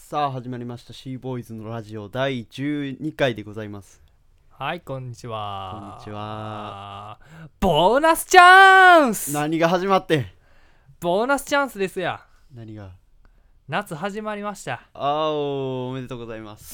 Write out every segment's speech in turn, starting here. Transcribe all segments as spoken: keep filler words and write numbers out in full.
さあ始まりました シーボーイズのラジオだいじゅうにかいでございます。 はい、こんにちは。 こんにちは。 ボーナスチャンス。 何が始まってん。 ボーナスチャンスですや。 何が。 夏始まりました。 あお、おめでとうございます。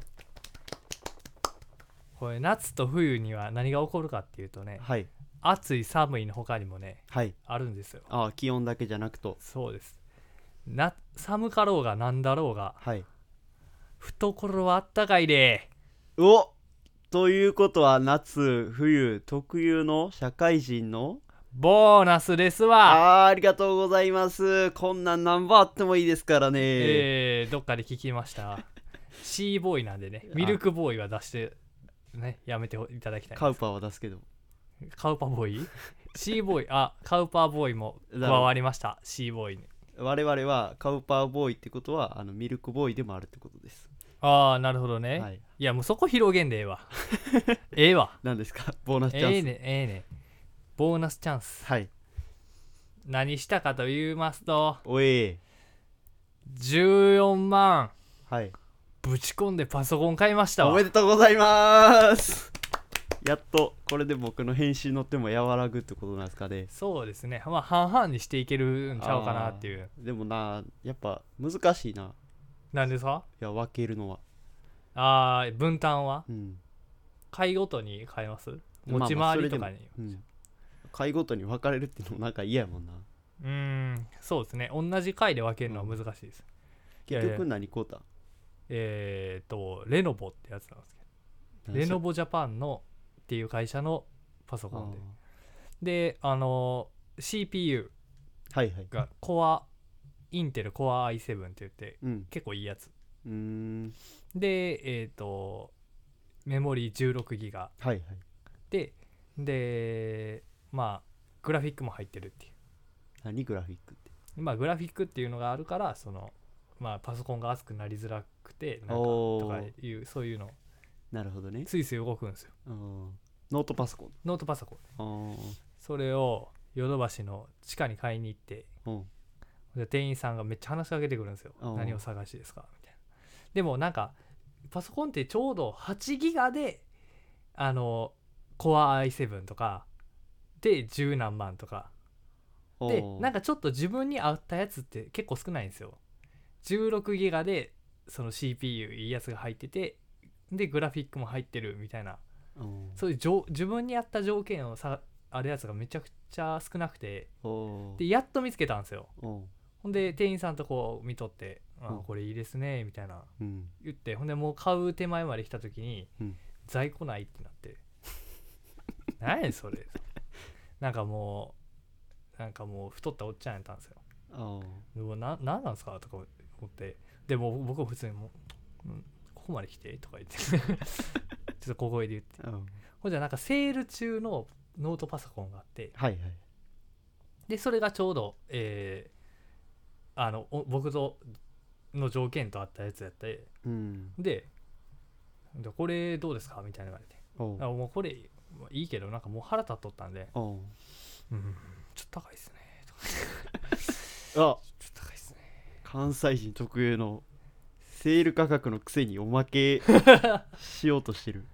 これ夏と冬には何が起こるかっていうとね、 はい、 暑い寒いの他にもね、 はい、 あるんですよ。 あ気温だけじゃなくと。 そうです。な寒かろうがなんだろうが、 はい。 懐はあったかいで。 おということは夏冬特有の社会人のボーナスですわ。 あーありがとうございます。こんなん何本あってもいいですからね。 えー、どっかで聞きました。シーボーイなんでね、ミルクボーイは出してね、やめていただきたい。 カウパーは出すけど。 カウパーボーイシーボーイ、あ、カウパーボーイも加わりました。シーボーイに。 我々はカウパーボーイってことはあのミルクボーイでもあるってことです。 ああ、なるほどね。 はい、 いや、もうそこ広げんでええわ。ええわ。 何ですかボーナスチャンス。 ええね、ええね。ボーナスチャンス。 はい。 何したかと言いますと、 おい。 じゅうよんまんはい。 ぶち込んでパソコン買いましたわ。 おめでとうございます。やっとこれで僕の編集の手も和らぐってことなんですかね。 そうですね。まあ半々にしていけるんちゃうかなっていう。 でもな、やっぱ難しいな。 なんですか？ いや、分けるのは。 ああ、分担はうん。 回ごとに買います？持ちまあまあ回りとかに。 それでもうん。回ごとに分かれるっていうのもなんか嫌やもんな。 うーん、そうですね。同じ回で分けるのは難しいです。いやいや結局何買うた？ えーっと、レノボってやつなんですけど、レノボジャパンのっていう会社のパソコンで。で、あの、シーピーユーはいはい。 ーがコア、インテルコア アイセブン って言って、 うん。 結構いいやつ。 うーん。 で、えーっと、メモリ じゅうろくギガはいはい。 で、で、まあ、グラフィックも入ってるっていう。 何グラフィックって。 まあ、グラフィックっていうのがあるから、その、まあ、パソコンが熱くなりづらくて、なんか、とかいう、そういうの、 なるほどね。 スイスイ動くんですよ。 ノートパソコン。 ノートパソコン。 あそれをヨドバシの地下に買いに行って、 うん。 で店員さんがめっちゃ話しかけてくるんですよ。何を探しですかみたいな。でもなんかパソコンってちょうどはちギガであの Core アイセブン とかでじゅう何万とかで、なんかちょっと自分に合ったやつって結構少ないんですよ。じゅうろくギガでその シーピーユー いいやつが入ってて、でグラフィックも入ってるみたいな、そういう自分に合った条件をさあるやつがめちゃくちゃ少なくて、でやっと見つけたんですよ。ほんで店員さんとこう見とって、あこれいいですねみたいな言って、ほんでもう買う手前まで来た時に、在庫ないってなって何やねんそれなんかもうなんかもう太ったおっちゃんやったんですよ。でもななんなんすかとか思って、でも僕は普通にもう、うん、ここまで来てとか言ってちょっと小声で言って、ほんじゃなんかセール中のノートパソコンがあって、 はいはい、 でそれがちょうど、えー、あの僕との条件とあったやつやって、うん、でこれどうですかみたいな言われて、あもうこれいいけどなんかもう腹立っとったんで、うん、ちょっと高いっすねあちょっと高いっすね。関西人特有のセール価格のくせにおまけしようとしてる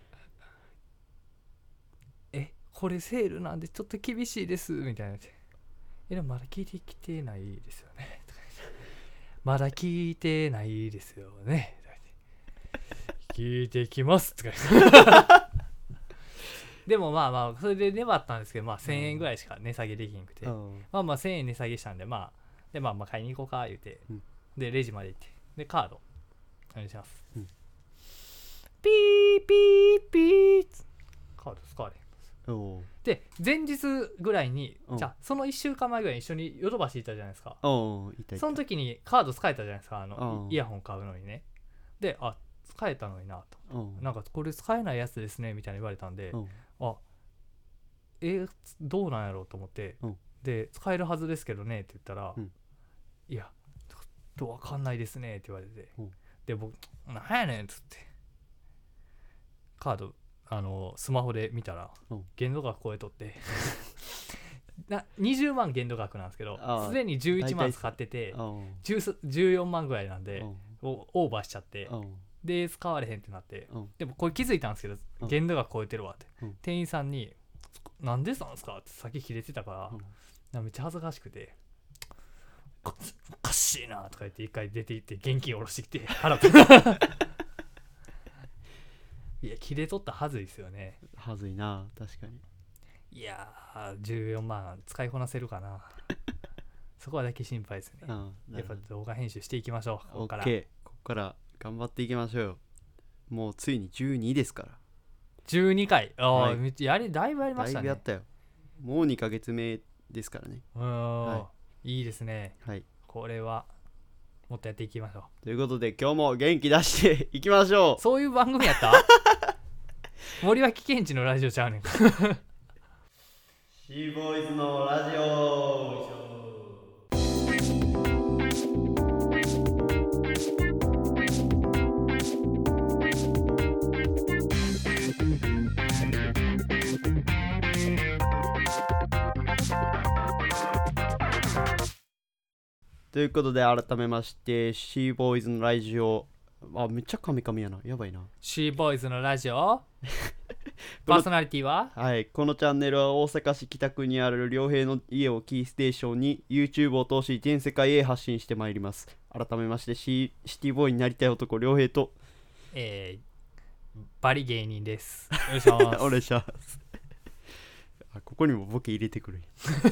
えこれセールなんでちょっと厳しいですみたいな。えでもまだ聞いてきてないですよねまだ聞いてないですよね聞いてきますとかでもまあまあそれで粘ったんですけど、まあせんえんぐらいしか値下げできなくて、まあまあせんえん値下げしたんで、まあでまあまあ買いに行こうか言うて、でレジまで行って、でカードお願いします、ピーピーピーカード使われへんで、前日ぐらいに、じゃあそのいっしゅうかんまえぐらいに一緒にヨドバシ行ったじゃないですか。その時にカード使えたじゃないですか、あのイヤホン買うのにね。で、あ使えたのになと、なんかこれ使えないやつですねみたいに言われたんで、あえー、どうなんやろうと思って、で使えるはずですけどねって言ったら、いやちょっと分かんないですねって言われて、で僕なんやねんっつってカードあのスマホで見たら、うん、限度額超えとってなにじゅうまん限度額なんですけど、すでにじゅういちまん使っててじゅうよんまんぐらいなんで、 をオーバーしちゃって、 うんで使われへんってなって、 うんでもこれ気づいたんですけど、 うん限度が超えてるわって、 うん、 店員さんになんでなんですかって先切れてたから、 うん、 なんかめっちゃ恥ずかしくて、おかしいなとか言って一回出て行って現金下ろしてきて払ったいや切れとったはずいですよね。 はずいな確かに。 いやーじゅうよんまん使いこなせるかなそこはだけ心配ですね。 うん、 やっぱ動画編集していきましょう。ここから OK、 ここから頑張っていきましょうよ。もうついにじゅうにですから。 じゅうにかい、あ、 はい、 めっちゃやりだいぶやりましたね。 だいぶやったよ。もうにかげつめですからね。 うん、 はい、 いいですね。 はい、 これはもっとやっていきましょということで今日も元気出していきましょう。そういう番組やった森脇健児のラジオちゃうねんかシーボーイズのラジオ。ということで改めましてシーボーイズのラジオ、あめっちゃカミカミやな、やばいな。 シーボーイズのラジオパーソナリティははい、このチャンネルは大阪市北区にある良平の家をキーステーションに YouTube を通し全世界へ発信してまいります。改めましてシー、シティボーイになりたい男良平と、 えー、バリ芸人です。お願いします。 お願いしますあ、ここにもボケ入れてくる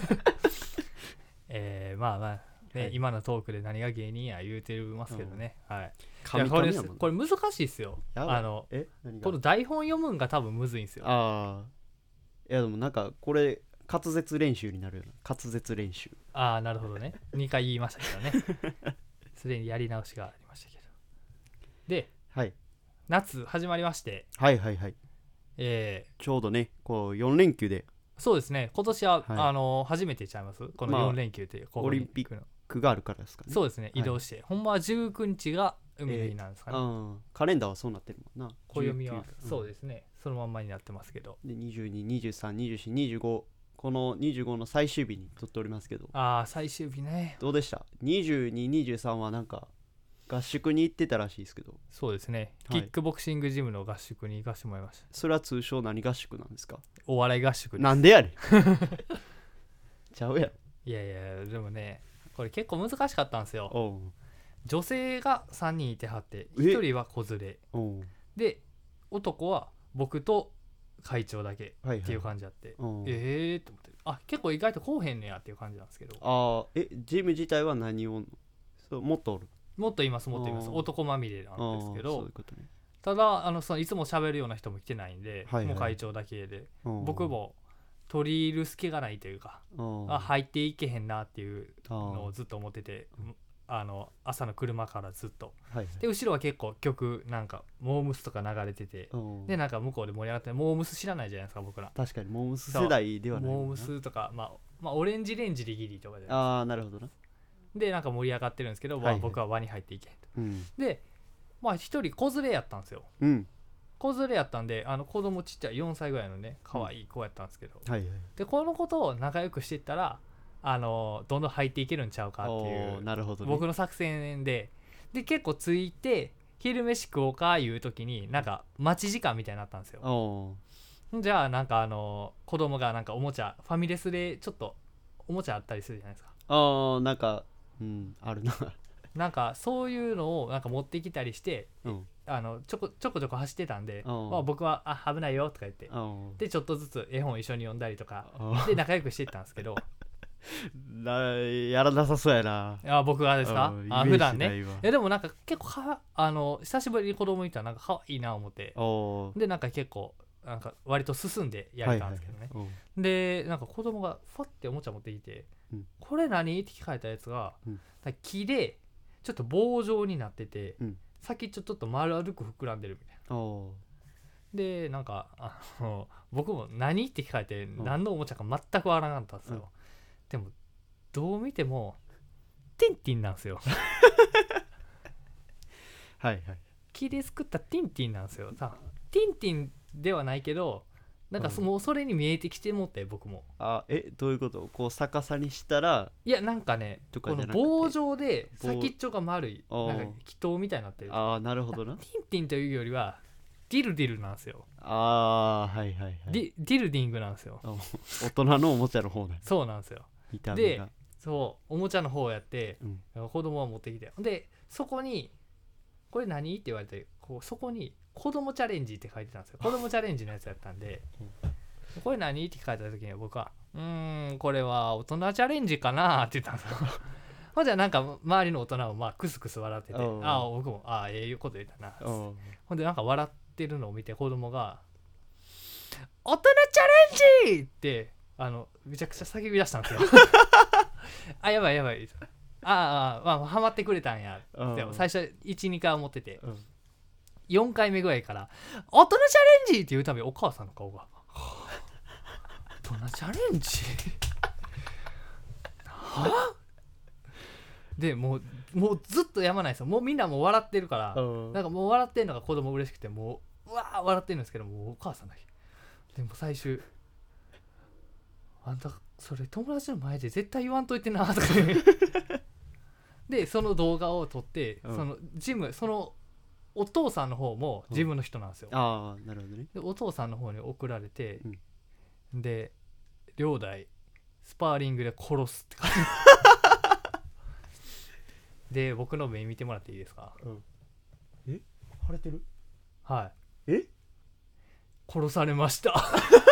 えー、まあまあね、 はい、 今のトークで何が芸人や言うてますけどね、うん、はい。 神々やもんね。 これ、これ難しいっすよ。あのえ何がこの台本読むんが多分むずいんすよ。 ああ、いやでもなんかこれ滑舌練習になるよな。滑舌練習。 ああなるほどね。にかい言いましたけどねすでにやり直しがありましたけど。で、 はい、 夏始まりまして、 はいはいはい、 えー、 ちょうどねこうよん連休で、 そうですね、今年は、 はい、 あの初めてちゃいますこのよん連休っていう、ここオリンピックがあるからですかね。 そうですね、移動して、はい、ほんまはじゅうくにちが海の日なんですかね、 えー、カレンダーはそうなってるもんな。 暦は、うん、そうですね、そのまんまになってますけど、 でにじゅうに、にじゅうさん、にじゅうよん、にじゅうご、このにじゅうごの最終日に撮っておりますけど、 ああ最終日ね。 どうでした？にじゅうに、にじゅうさんはなんか合宿に行ってたらしいですけど。 そうですね、 はい、 キックボクシングジムの合宿に行かせてもらいました。 それは通称何合宿なんですか？ お笑い合宿です。 なんでやねんちゃうやろ。 いやいやでもねこれ結構難しかったんですよ。 おう、 女性がさんにんいてはってひとりは子連れで、男は僕と会長だけっていう感じあって、はいはい、ええー、と思って、あ結構意外とこうへんねやっていう感じなんですけど。 あえジム自体は何をそうもっとおる？ もっといますもっといます。男まみれなんですけど、 そういうことね。 ただあのそのいつも喋るような人も来てないんで、 はいはい、 もう会長だけで、僕も取り入る隙がないというか、あ入っていけへんなっていうのをずっと思ってて、あの朝の車からずっと、はいはい、で後ろは結構曲なんかモームスとか流れてて、でなんか向こうで盛り上がって、モームス知らないじゃないですか僕ら。 確かにモームス世代ではない。 モームスとか、まあ、まあオレンジレンジリギリとかじゃないですか。 ああなるほどな。でなんか盛り上がってるんですけど、はいはい、僕は輪に入っていけへんと、うん、でまあ一人子連れやったんですよ、うん、子連れやったんで、あの子供ちっちゃいよんさいぐらいのね可愛い子やったんですけど、うんはいはい、でこの子と仲良くしていったらあのどんどん入っていけるんちゃうかっていう、 なるほど、ね、 僕の作戦でで結構ついて昼飯食おうかいう時になんか待ち時間みたいになったんですよ。じゃあなんかあの子供がなんかおもちゃファミレスでちょっとおもちゃあったりするじゃないですか。 ああなんかうんあるななんかそういうのをなんか持ってきたりして、うん、あのちょこちょこちょこ走ってたんで、まあ、僕はあ危ないよとか言ってでちょっとずつ絵本一緒に読んだりとかで仲良くしていったんですけどやらなさそうやなあ僕がですかあ普段ね。いやでもなんか結構かあの久しぶりに子供いたらなんか可愛いな思ってでなんか結構なんか割と進んでやれたんですけどね、はいはい、でなんか子供がファッておもちゃ持ってきて、うん、これ何って聞かれたやつが、うん、木でちょっと棒状になってて、うん、先ちょっと丸く膨らんでるみたいな。でなんかあの僕も何って聞かれて何のおもちゃか全くわからなかったんですよ、うん、でもどう見てもティンティンなんですよはいはい、 木で作ったティンティンなんですよ。さティンティンではないけどなんかそもうそれに見えてきてもって僕も。 あえどういうこと？こう逆さにしたらいやなんかねこのとかじゃなくて棒状で棒先っちょが丸いあーなんか祈祷みたいになってる。 ああなるほどな。 ティンティンというよりはディルディルなんですよ。 ああはいはいはい。 ディディルディングなんですよ。 あ大人のおもちゃの方なんやそうなんですよ。 見た目が。 そうおもちゃの方やって、 うん、 子供は持ってきてでそこにこれ何って言われてこうそこに子供チャレンジって書いてたんですよ。子供チャレンジのやつやったんでこれ何って聞かれた時に僕はうーんこれは大人チャレンジかなって言ったんですよ。ほんじゃなんか周りの大人もまあクスクス笑っててうんああ僕もああええこと言ったな。 うんほんでなんか笑ってるのを見て子供が大人チャレンジってあのめちゃくちゃ叫び出したんですよ。あやばいやばいああ、まあ、ハマってくれたんやって最初いち、にかい思ってて、 うん、 よんかいめぐらいから大人チャレンジって言うたびお母さんの顔が大人チャレンジはでもうもうずっとやまないですよ。もうみんなもう笑ってるから、 うん、 なんかもう笑ってるのが子供嬉しくてもううわー笑ってるんですけどもうお母さんだけでも最終あんたそれ友達の前で絶対言わんといてなとかでその動画を撮って、うん、そのジムそのお父さんの方もジムの人なんですよ、 うん、ああなるほどね。 でお父さんの方に送られて、 うん、 で両代スパーリングで殺すって感じで僕の目見てもらっていいですか、 うん、え腫れてる？ はいえ殺されました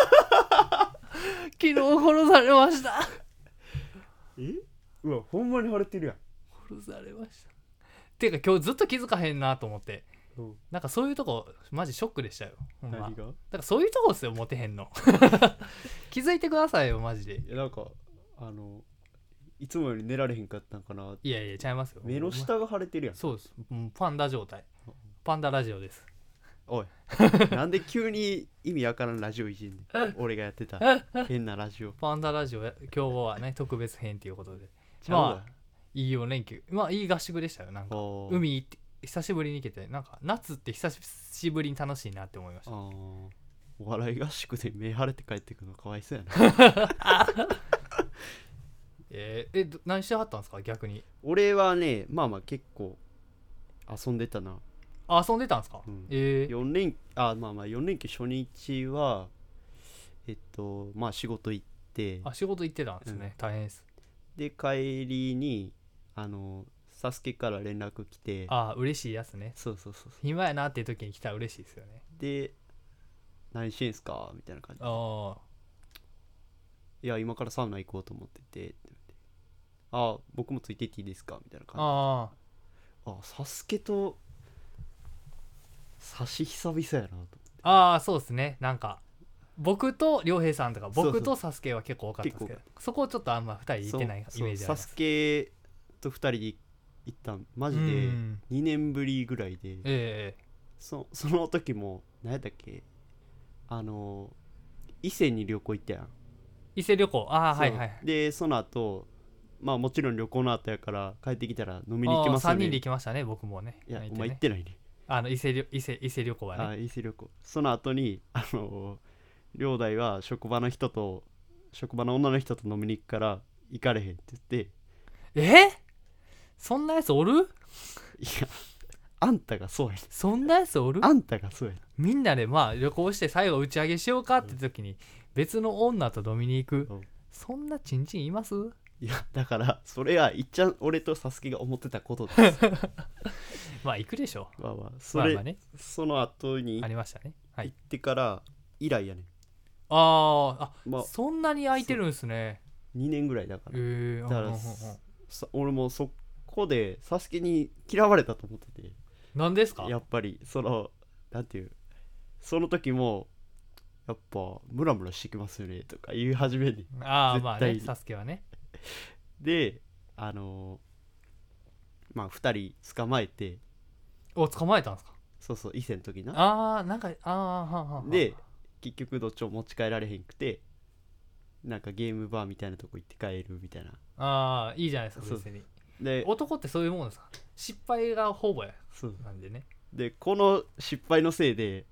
昨日殺されましたえうわほんまに腫れてるやん。 殺されましたていうか今日ずっと気づかへんなと思って、うん、なんかそういうとこマジショックでしたよほんま。 何が？ だからそういうとこっすよモテへんの気づいてくださいよマジで。 いやなんかあのいつもより寝られへんかったんかな。 いやいやちゃいますよ。 目の下が腫れてるやん。 そうです、うん、パンダ状態パンダラジオです。 おいなんで急に意味わからんラジオいじんねん俺がやってた変なラジオ。 パンダラジオ今日はね特別編ということでちゃうわ、 まあいいよ連休まあいい合宿でしたよ。なんか海行って久しぶりに行けてなんか夏って久しぶりに楽しいなって思いました。あお笑い合宿で目腫れて帰ってくるのかわいそうやなえー、え何してはったんですか逆に。 俺はねまあまあ結構遊んでたな。 あ遊んでたんですか、うん、えー、 よん連あまあまあよん連休初日はえっとまあ仕事行ってあ仕事行ってたんですね、うん、大変です。 で帰りにあのサスケから連絡来てあ嬉しいやつね。 そうそうそう暇やなっていう時に来たら嬉しいですよね。 で何してんすかみたいな感じであいや今からサウナ行こうと思っててって言ってあ僕もついてっていいですかみたいな感じでああサスケと差し久々やなと思って。 ああそうですねなんか僕と良平さんとか僕とサスケは結構多かったですけど そ, そこをちょっとあんまふたり行ってないイメージあります。 サスケとふたりで行ったんマジでにねんぶりぐらいで、 えー、 そ, その時も何やったっけあの伊勢に旅行行ったやん。 伊勢旅行ああはいはいでその後まあもちろん旅行の後やから帰ってきたら飲みに行きますよね。 さんにんで行きましたね僕もね。 いや、 ね、 お前行ってないね。 あの伊勢伊勢伊勢旅行はね。 あ伊勢旅行その後にあの両大は職場の人と職場の女の人と飲みに行くから行かれへんって言ってえそんなやつおる？いやあんたがそうやねん。 そんなやつおる？ あんたがそうやねん。 みんなでまあ旅行して最後打ち上げしようかって時に別の女と飲みに行く、うん、そんなチンチンいます？ いやだからそれはいっちゃん俺とサスケが思ってたことですまあ行くでしょまあまあそれ、まあまあね、その後にありましたね、はい、 行ってから以来やねん。 ああ、まあ、そんなに空いてるんですね。 にねんぐらいだから、 えー、 だから俺もそこでサスケに嫌われたと思ってて。 何ですか？ やっぱりそのなんていうその時もやっぱムラムラしてきますよねとか言い始めにああまあねサスケはねであのー、まあふたり捕まえて。 お捕まえたんですか？ そうそう伊勢の時なああなんかああはははで結局どっちも持ち帰られへんくてなんかゲームバーみたいなとこ行って帰るみたいな。 ああいいじゃないですか別に。で男ってそういうもんですか？失敗がほぼやそうなんでね。 でこの失敗のせいで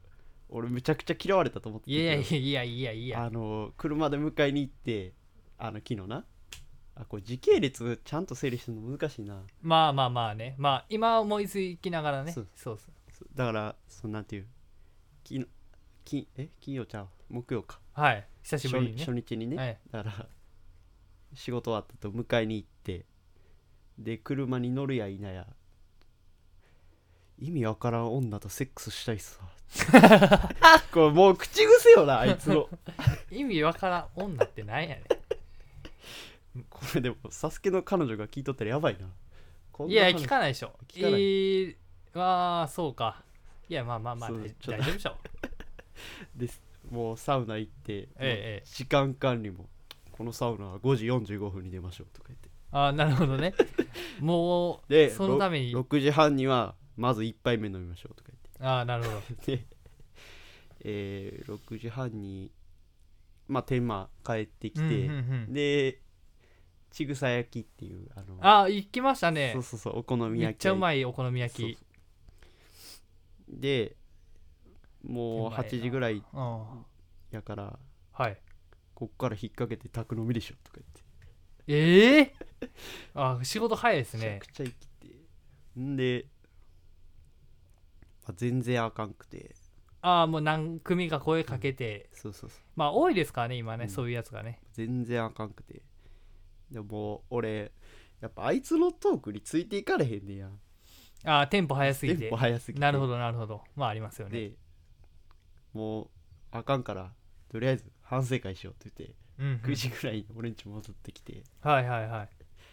俺めちゃくちゃ嫌われたと思っていやいやいやいやいやあの車で迎えに行ってあの昨日なあこれ時系列ちゃんと整理するの難しいな。 まあまあまあね、まあ今思いつきながらね。 そうそうそうそうだからそのなんていう金金え金曜ちゃう木曜かはい久しぶりにね初初日にね、 はいだから仕事終わったと迎えに行ってで車に乗るや否や意味わからん女とセックスしたいっすわこれもう口癖よなあいつの意味わからん女ってなんやねこれでもサスケの彼女が聞いとったらやばいな。こんん。いやな話聞かないでしょ。 聞かないえー、まあそうか。いやまあまあまあ大そうちょっと大丈夫でしょ。 ですもうサウナ行って、 ええ時間管理もこのサウナはごじよんじゅうごふんに出ましょうとか言ってああなるほどね。もうでそのためにろろくじはんにはまずいっぱいめ飲みましょうとかああなるほど。 言ってで、えー、ろくじはんにまあ天満帰ってきて、 うんうんうんでちぐさ焼きっていうあのああ行きましたね。 そうそうそうお好み焼きめっちゃうまいお好み焼き。 そうそうでもうはちじぐらいうんやからはい。 こっから引っ掛けて宅飲みでしょとか言ってええー、あ仕事早いですねめちゃく。ちゃ生きてんで、まあ、全然あかんくてああもう何組か声かけて、 そうそうそうまあ多いですからね今ね、 うんそういうやつがね。 全然あかんくてでも俺やっぱあいつのトークについていかれへんねやああテンポ早すぎてテンポ。早すぎてなるほどなるほど。まあありますよね。 でもうあかんからとりあえず反省会しようって言ってうんうん、 くじぐらいに俺んち戻ってきてはいはいはい。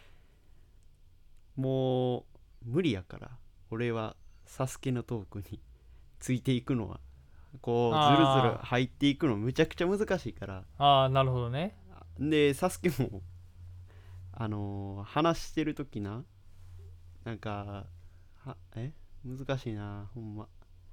もう無理やから俺はサスケのトークについていくのはこうずるずる入っていくのむちゃくちゃ難しいからああなるほどね。 でサスケもあのー話してる時ななんかはえ難しいなほんま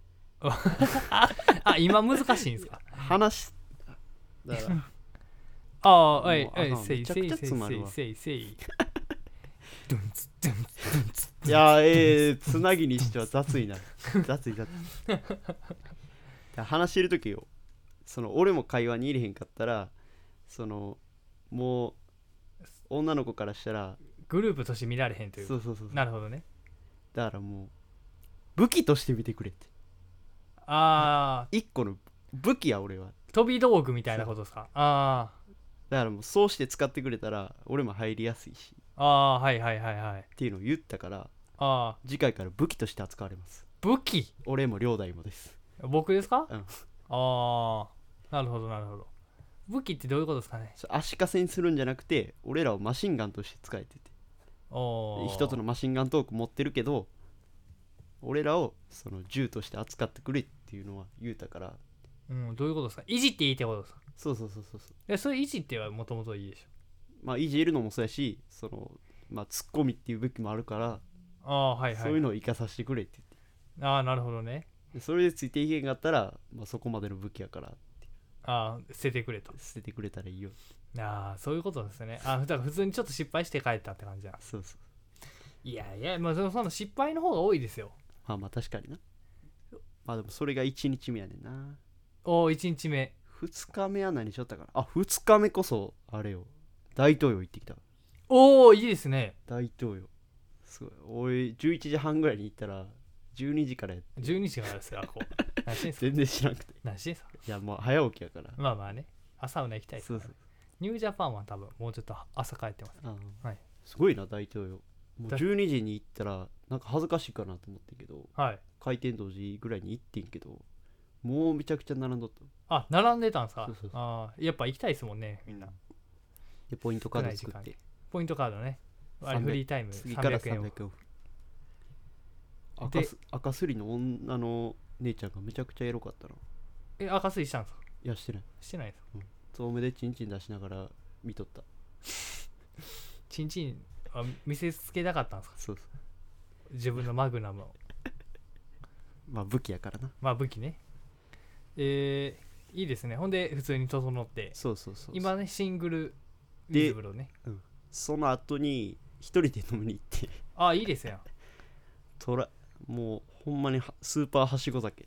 あ今難しいんですか。 話しだからああはいもうあかんはいせいめちゃくちゃせいせい詰まるわせいせい。ドゥンツドゥンツドゥンツ。 いやえー、つなぎにしては雑いな雑い雑いだ話してる時よその俺も会話に入れへんかったらそのもう女の子からしたらグループとして見られへんという。 そうそうそうそうなるほどね。 だからもう武器として見てくれってああ一個の武器や俺は飛び道具みたいなことですか。あだからもうそうして使ってくれたら俺も入りやすいしあああはいはいはいはい。 っていうのを言ったからああ次回から武器として扱われます武器俺も両代もです僕ですか。 うんああなるほどなるほど。武器ってどういうことですかね。 それ足かせにするんじゃなくて俺らをマシンガンとして使えてておー一つのマシンガントーク持ってるけど俺らをその銃として扱ってくれっていうのは言うたからうん、どういうことですか。いじっていいってことですか。 そうそうそうそうそうえそれいじってはもともといいでしょ。 まあいじるのもそうやしそのまあツッコミっていう武器もあるから、 ああはいはい。 そういうのを生かさせてくれって言ってああなるほどね。 でそれでついていけんかったら、まあ、そこまでの武器やからああ捨ててくれと。 捨ててくれたらいいよああそういうことですね。あだから普通にちょっと失敗して帰ったって感じだ。 そうそういやいやまあそのその失敗の方が多いですよ。 まあまあ確かになまあでもそれがいちにちめやねんなおおいちにちめ。 ふつかめは何しよったかなあふつかめこそあれよ大東洋行ってきたおおいいですね。 大東洋すごい俺じゅういちじはんぐらいに行ったらじゅうにじからやってじゅうにじからですよあこう。何してんすか。 全然知らなくて何してんすか。 いやもう早起きやからまあまあね朝うな行きたいですから。 そうそうニュージャパンは多分もうちょっと朝帰ってます。 あーはいすごいな大東洋もうだじゅうにじに行ったらなんか恥ずかしいかなと思ってんけどはい。 開店同時ぐらいに行ってんけどもうめちゃくちゃ並んどったあ並んでたんですか。 そうそうそうああやっぱ行きたいですもんねみんな。 でポイントカード作少ない時ってポイントカードね。あれさんびゃくフリータイム次からさんびゃくえんをさんびゃくえんオフ赤です赤すりの女の姉ちゃんがめちゃくちゃエロかったなえ赤水したんですか。 いやしてないしてないです。 遠目でチンチン出しながら見とったチンチンあ見せつけたかったんですか。 そうそう自分のマグナムを。 まあ武器やからなまあ武器ね。えー、いいですね。ほんで普通に整ってそうそうそうそう今ねシングルで水風呂ね。 その後に一人で飲みに行ってあいいですよ。 トラもうほんまにはスーパーはしご酒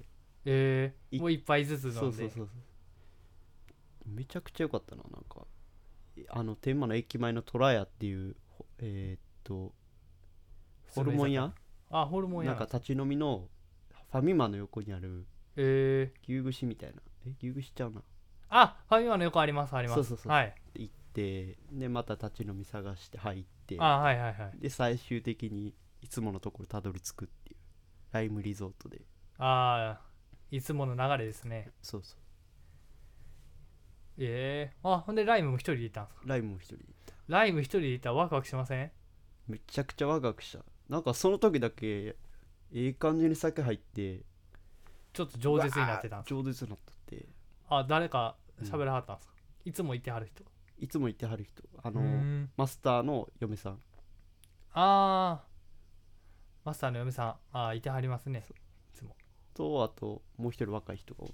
えー、 いもう一杯ずつ飲んで。 そうそうそうそうめちゃくちゃ良かったな。なんかあの天満の駅前のトラヤっていうほえーっとホルモン屋、 あ、ホルモン屋なんか立ち飲みのファミマの横にあるえー、 牛串みたいな、え牛串ちゃうな、 あ、ファミマの横ありますあります。 そうそうそうはい。 行ってでまた立ち飲み探して入ってあ、はいはいはい。 で最終的にいつものところたどり着くっていうライムリゾートで、 ああ、いつもの流れですね。 そうそうええー、あ、ほんでライムも一人で行ったんですか？ ライムも一人で行った。 ライム一人で行ったらワクワクしません？ めちゃくちゃワクワクした。なんかその時だけええ感じに酒入ってちょっと饒舌になってたんですか？ 饒舌になっとって、 あ、誰か喋らはったんですか？うん、いつも行ってはる人。 いつも行ってはる人、あのうーん、 マスターの嫁さんああ、マスターの嫁さん、ああ、いてはりますね。いつも。 と、あともう一人若い人がおって、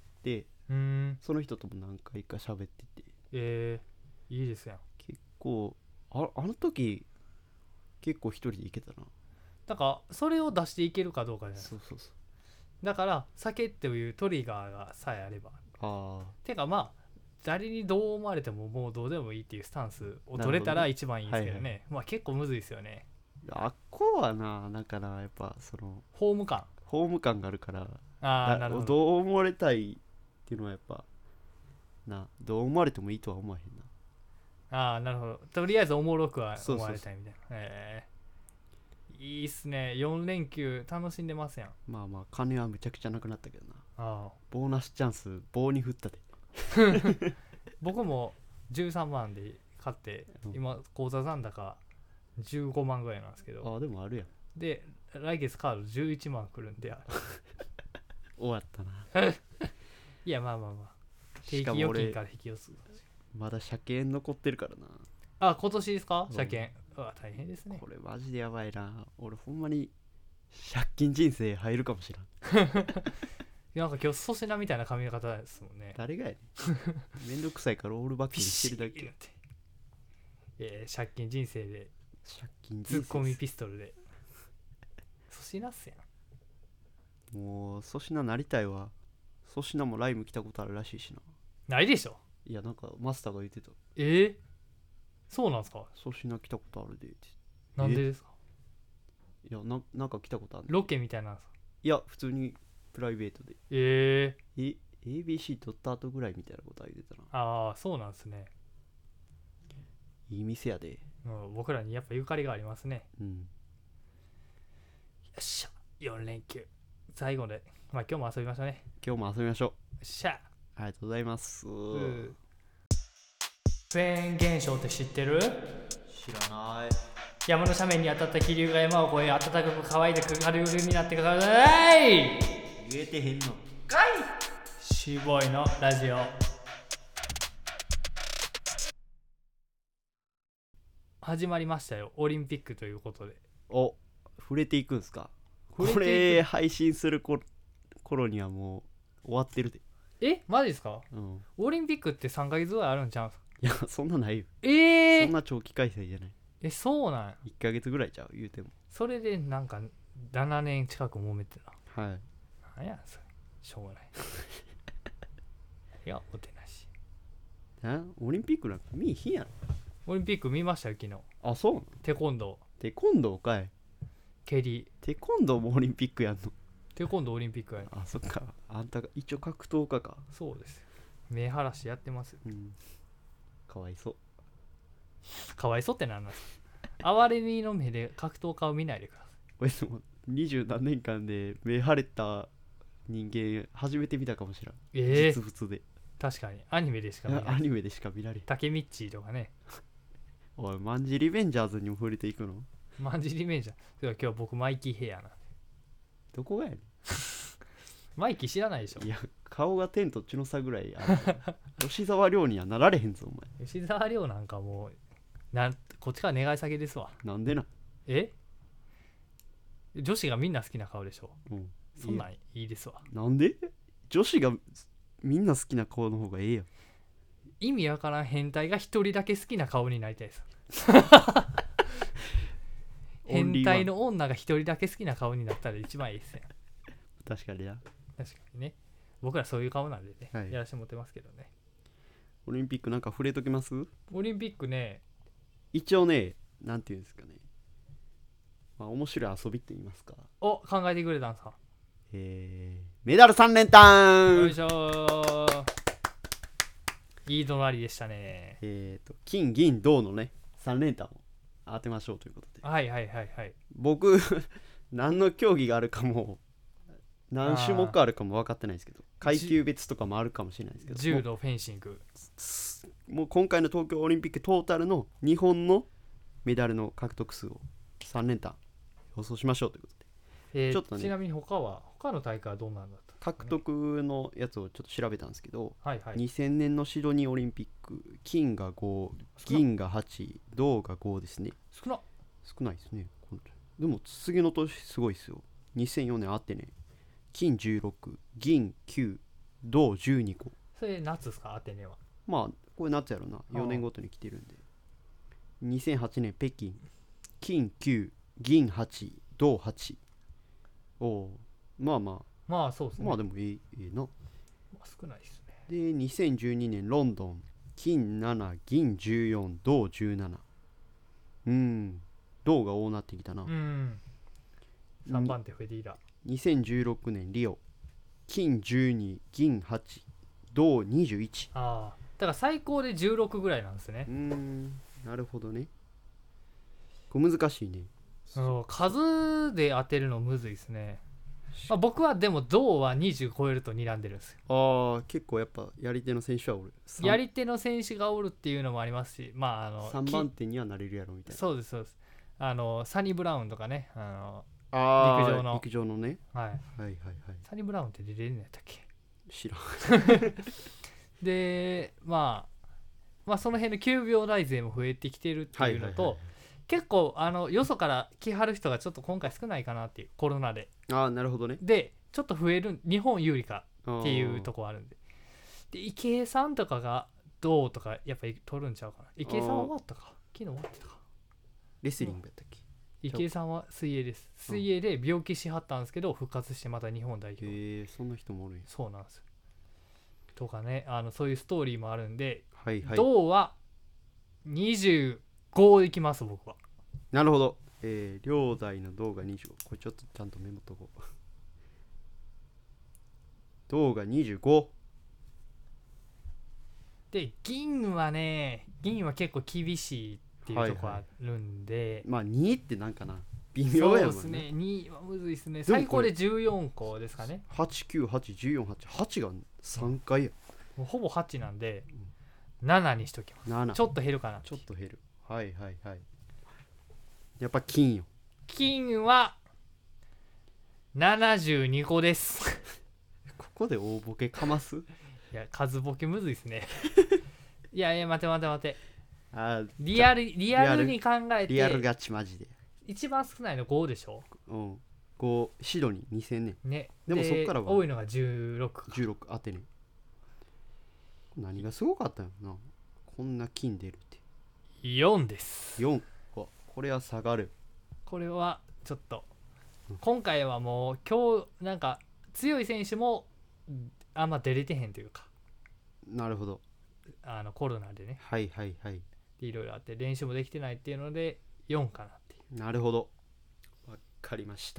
うーん、 その人とも何回か喋ってて、 ええー、いいですやん。 結構 あ, あの時結構一人で行けたな。 だからそれを出していけるかどうかじゃないですか。 そうそうそうだから酒っていうトリガーがさえあれば、 あてかまあ誰にどう思われてももうどうでもいいっていうスタンスを取れたら一番いいですけどね。 はいはい、 まあ結構むずいですよね。 あっこはな、なんかなやっぱそのホーム感。 ホーム感があるから、 ああ、なるほど。 どう思われたいっていうのはやっぱな、どう思われてもいいとは思わへんな。 ああ、なるほど。とりあえずおもろくは思われたいみたいな。ええー、いいっすね。よん連休楽しんでますやん。 まあまあ金はむちゃくちゃなくなったけどな。 ああ、 ボーナスチャンス棒に振ったで。 僕もじゅうさんまんで買って、 うん今口座残高じゅうごまんぐらいなんですけど、 ああでもあるやん。 で来月カードじゅういちまん来るんで、 終わったな。 いやまあまあまあ定期しかも俺預金から引き寄せる。 まだ車検残ってるからな。 あ、今年ですか？ うん車検。うわ大変ですね。 これマジでやばいな。俺ほんまに借金人生入るかもしらん。 なんか今日粗品みたいな髪型ですもんね。 誰がやねん。めんどくさいからオールバックにしてるだけ。 ビシッてえー、借金人生で借金人生ツッコミピストルで粗品っすやん。 もう粗品なりたいわ。粗品もライム来たことあるらしいしな。 ないでしょ。 いやなんかマスターが言ってた。 えー、そうなんすか？ 粗品来たことあるでって。 なんでですか？ いや な, なんか来たことある。 ロケみたいなんですか？ いや普通にプライベートで。 えー、 え エービーシー 取った後ぐらいみたいなことは言ってたな。 ああそうなんですね。 いい店やで。 うん、僕らにやっぱゆかりがありますね。 うん。 よっしゃよん連休最後で、まあ今日も遊びましょうね。 今日も遊びましょう。 よっしゃ。 ありがとうございます。 フェーン現象って知ってる？ 知らない。 山の斜面に当たった気流が山を越え、暖かく乾いて下流になってかかるない言えてへんのかい。しぼいのラジオ始まりましたよ。オリンピックということで。 お触れていくんすか？ 触れていくこれ配信するこ頃にはもう終わってるで。 えマジですか？ うん。 オリンピックってさんかげつぐらいあるんちゃうんすか？ いやそんなないよ。 えー、 そんな長期開催じゃない。 えそうなんや。 いっかげつぐらいちゃう言うても。 それでなんかななねん近く揉めてた。 はい。 なんやそれしょうがないいやおてなし。 えオリンピックなんか見いひんやろ。 オリンピック見ましたよ昨日。 あそうなの？ テコンドテコンドーかい。 ー蹴りテコンドーもオリンピックやんの？ テコンドーオリンピックやる。 あそっか。あんたが一応格闘家か。 そうですよ。目晴らしやってますよ。 うん。かわいそう。 かわいそうってなんなんですか？哀れみの目で格闘家を見ないでくださ俺でも二十何年間で目腫れた人間初めて見たかもしれん。 い。ええー、 実物で。 確かにアニメでしか見ない。 アニメでしか見られん。 タケミッチーとかね。 おいマンジリベンジャーズにも触れていくの？ マンジリメンジャー。では今日は僕マイキーヘアなんで。 どこがやねマイキー知らないでしょん。い。や顔が天と地の差ぐらいある。吉沢亮にはなられへんぞお前。 吉沢亮なんかもうなんこっちから願い下げですわ。 なんでな。 え女子がみんな好きな顔でしょ。 うん。 そんなんいいですわ。 なんで女子がみんな好きな顔の方がええやん。 意味わからん変態が一人だけ好きな顔になりたいです変態の女が一人だけ好きな顔になったら一番いいですね。 確かにな。 確かにね。 僕らそういう顔なんでね、 はいやらせてもらってますけどね。 オリンピックなんか触れときます？ オリンピックね、 一応ね、なんていうんですかね、まあ面白い遊びって言いますか、 お考えてくれたんすか。 えー、メダルさん連単。 よいしょー。いい隣でしたね。 えーと金銀銅のねさん連単を当てましょうということで、 はいはいはいはい。 僕何の競技があるかも何種目あるかも分かってないですけど、階級別とかもあるかもしれないですけど、 柔道、フェンシング。 もうもう今回の東京オリンピックトータルの日本のメダルの獲得数をさん連単予想しましょうということで、 えー、 ちょっとねちなみに他は他の大会はどうなんだった、 獲得のやつをちょっと調べたんですけど、 はいはい。 にせんねんのシドニーオリンピック金がご、銀がはち、銅がごですね。 少な少ないですね。でも次の年すごいですよ。にせんよねんあってね、金じゅうろく、銀きゅう、銅じゅうにこ。 それ夏ですか、アテネは。 まあこれ夏やろな、よねんごとに来てるんで。にせんはちねん北京、金きゅう、銀はち、銅はち。おお、まあまあまあそうですね。 まあでもいい、いいな。 まあ、少ないですね。 でにせんじゅうにねんロンドン、金なな、銀じゅうよん、銅じゅうなな。うん、銅が多なってきたな。 うんさんばん手フェディーラ。 にせんじゅうろくねんリオ、金じゅうに、銀はち、銅にじゅういち。 ああ、だから最高でじゅうろくぐらいなんですね。 うーん、なるほどね。これ難しいね。 そう数で当てるのむずいですね。まあ、僕はでも銅はにじゅう超えると睨んでるんですよ。 ああ、結構やっぱやり手の選手は俺やり手の選手がおるっていうのもありますし、まああのさんばん手にはなれるやろみたいな。 そうですそうです。あのサニブラウンとかね、あのあ陸上の陸上のね、 はい、 はいはいはい。 サニブラウンって出れるんやったっけ。 知らん。 で、まあ、まあその辺のきゅうびょう台勢も増えてきてるっていうのと、 はいはいはいはい、 結構あのよそから来はる人がちょっと今回少ないかなっていう、コロナでああ、なるほどね。 でちょっと増える、日本有利かっていうところあるんで、で池江さんとかがどうとかやっぱり取るんちゃうかな。池江さんは終わったか、昨日終わってたか。 レスリングやったっけ。 池江さんは水泳です。水泳で病気しはったんですけど復活してまた日本代表。 へえ、そんな人もおるんや。 そうなんですよ。とかね、あのそういうストーリーもあるんで、 はいはい。 銅はにじゅうごいきます僕は。 なるほど。えー、両大の銅がにじゅうご。これちょっとちゃんとメモっとこう。銅がにじゅうご。 で銀はね、銀は結構厳しいっていうとこあるんで、はいはい、 まあにってなんかな、微妙やもんね。 そうですね、にはむずいですね。 でも最高でじゅうよんこですかね。 はち、きゅう、はち、じゅうよん、はち、はちがさんかいや。 もうほぼはちなんで、ななにしときます。 なな。 ちょっと減るかな。 ちょっと減る。はいはいはい。やっぱ金よ。 金はななじゅうにこです。 ここで大ボケかます？ いや、数ボケむずいですね。いやいや、待て待て待て。 あリアル、リアルに考えて、 リアルガチマジで。 一番少ないのごでしょ。 うん。ご、シドニーにせんねん。 ね。 でもそっからは多いのがじゅうろくか。 じゅうろく当てね。何がすごかったんやろな。こんな金出るって。 よんです。 よん。これは下がる。 これはちょっと、今回はもう今日なんか強い選手もあんま出れてへんというか、 なるほど。 あのコロナでね、 はいはいはい。 いろいろあって練習もできてないっていうのでよんかなっていう。 なるほど。わかりました。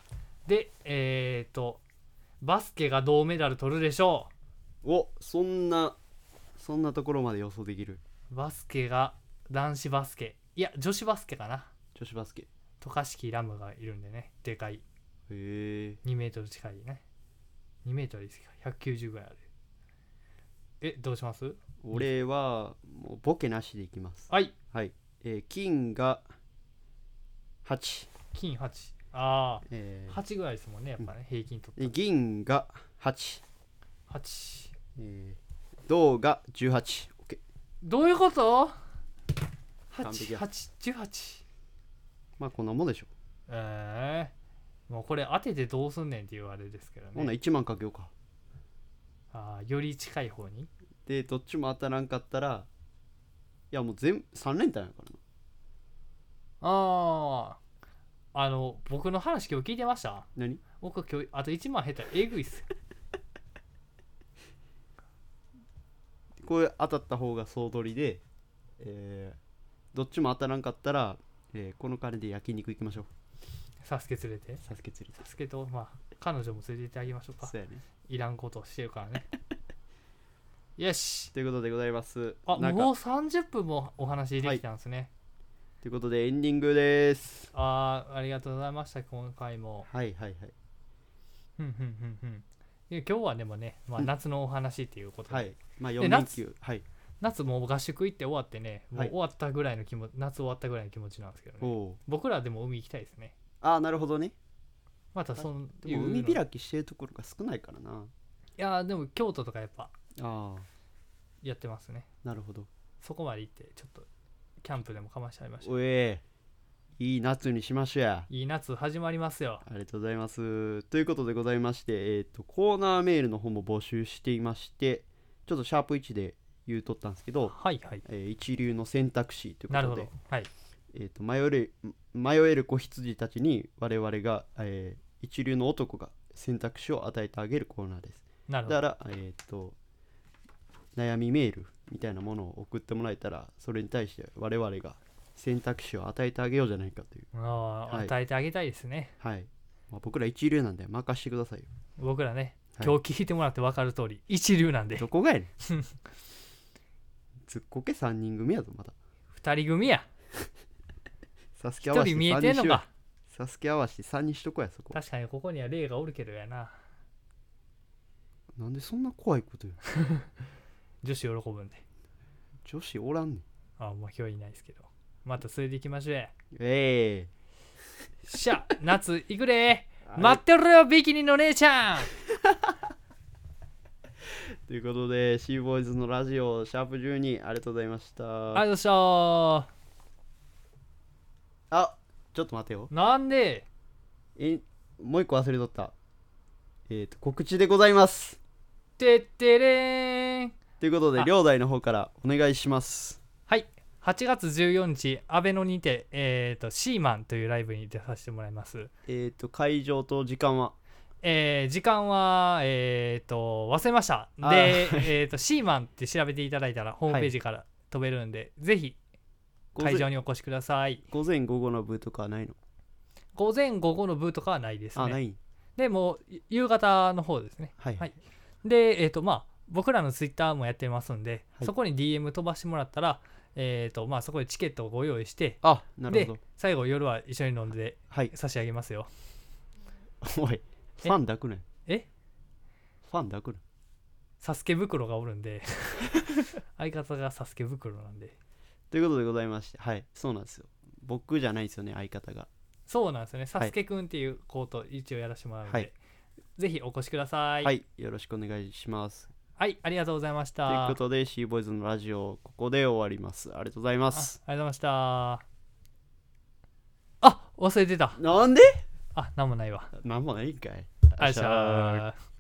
で、えっ、ー、とバスケが銅メダル取るでしょう。お、そんなそんなところまで予想できる。 バスケが、男子バスケ、いや女子バスケかな。 女子バスケ。 渡嘉敷ラムがいるんでね、でかい。 へえ。 にメートル近いね。にメートルですか、ひゃくきゅうじゅうぐらいある。え、どうします？ 俺はもうボケなしでいきます。 はいはい。えー、金がはち。 金はち。ああ、 えー、 はちぐらいですもんね、やっぱね、平均とって。 銀がはち。 はち。 えー、銅がじゅうはち。オッケー。 どういうこと？ はち、 完璧やはち、じゅうはち。 まあこんなもんでしょ。 えー、もうこれ当ててどうすんねんっていうあれですけどね。 ほんならいちまんかけようか。 ああ、より近い方に。 でどっちも当たらんかったら、いやもう全さん連単やからな。 ああ、あの僕の話今日聞いてました？ 何？ 僕今日あといちまん減ったらえぐいっすよ。 これ当たった方が総取りで、えー、どっちも当たらんかったら、えー、この金で焼肉行きましょう。 サスケ連れてサスケ釣りサスケとまあ彼女も連れて行ってあげましょうか。 そうやね。 いらんことをしてるからねよしということでございます。 あなんかもうさんじゅっぷんもお話できたんですね、 ということでエンディングです。 ああありがとうございました今回も。 はいはいはいふんふんふんふんで今日はでもね、まあ、 うん夏のお話っていうことで、 はいまあよん連休はい夏もう合宿行って終わってねもうはい終わったぐらいの気持ち、夏終わったぐらいの気持ちなんですけどね。 おお僕らでも海行きたいですね。 ああなるほどね。 またそのでも海開きしてるところが少ないからな。 いやーでも京都とかやっぱああやってますね。 なるほど。 そこまで行ってちょっとキャンプでもかましちゃいました。 おえいい夏にしましょうや。 いい夏始まりますよ。 ありがとうございます。ということでございまして、えー、とコーナーメールの方も募集していまして、ちょっとシャープいちで言うとったんですけど、 はいはいえー一流の選択肢というなるほどことで、 はいえー、と迷える迷える子羊たちに我々が、えー一流の男が選択肢を与えてあげるコーナーです。 なるほど。 だから、えー、と悩みメールみたいなものを送ってもらえたら、それに対して我々が選択肢を与えてあげようじゃないかという。 あー、 はい与えてあげたいですね。 はい、まあ、僕ら一流なんで任してくださいよ。 僕らね、 はい今日聞いてもらって分かる通り一流なんでどこがやねんずっこけさんにん組やぞまだ。 ふたり組や。 サスケ合わせてひとり見えてんのか。 サスケ合わせてさんにしとこやそこ。 確かにここには霊がおるけどやな。 なんでそんな怖いこと言う女子喜ぶんで。 女子おらんねん。 あもう今日いないですけどまた連れて行きましょうや。 えしゃ夏行くでえ待ってるよビキニの姉ちゃん。 ということでシーボーイズのラジオシャープじゅうにありがとうございました。 ありがとうございました。 あちょっと待てよ。 なんでえもう一個忘れとった。えっ、と告知でございます。 てってれーん。 ということであ両大の方からお願いします。 はいはちがつじゅうよっかアベノにて、えー、とシーマンというライブに出させてもらいます。 えっ、と会場と時間はえー時間は、えー、と忘れましたあで、えー、とシーマンって調べていただいたらホームページから飛べるんで、ぜひ午前会場にお越しください。 午前午後の部とかはないの？ 午前午後の部とかはないですね。 あない。 でもう夕方の方ですね。 はい、 はいでえっ、とまあ僕らのツイッターもやってますんで、 はいそこに ディーエム 飛ばしてもらったら、えっ、とまあそこでチケットをご用意して、 あなるほど。 で最後夜は一緒に飲んではい差し上げますよ。 おいファン抱くね。 えファン抱くね。 サスケ袋がおるんで相方がサスケ袋なんで。 ということでございまして、はいそうなんですよ。僕じゃないんですよね相方が。 そうなんですよね。サスケくんっていう子と一応やらせてもらうので、 はいぜひお越しください。 はいよろしくお願いします。 はい、ありがとうございました。 ということでシーボーイズのラジオここで終わります。ありがとうございまあす。 ありがとうございました。あ忘れてた。 なんであなんもないわ。 なんもないんかい。 ありがとうございました。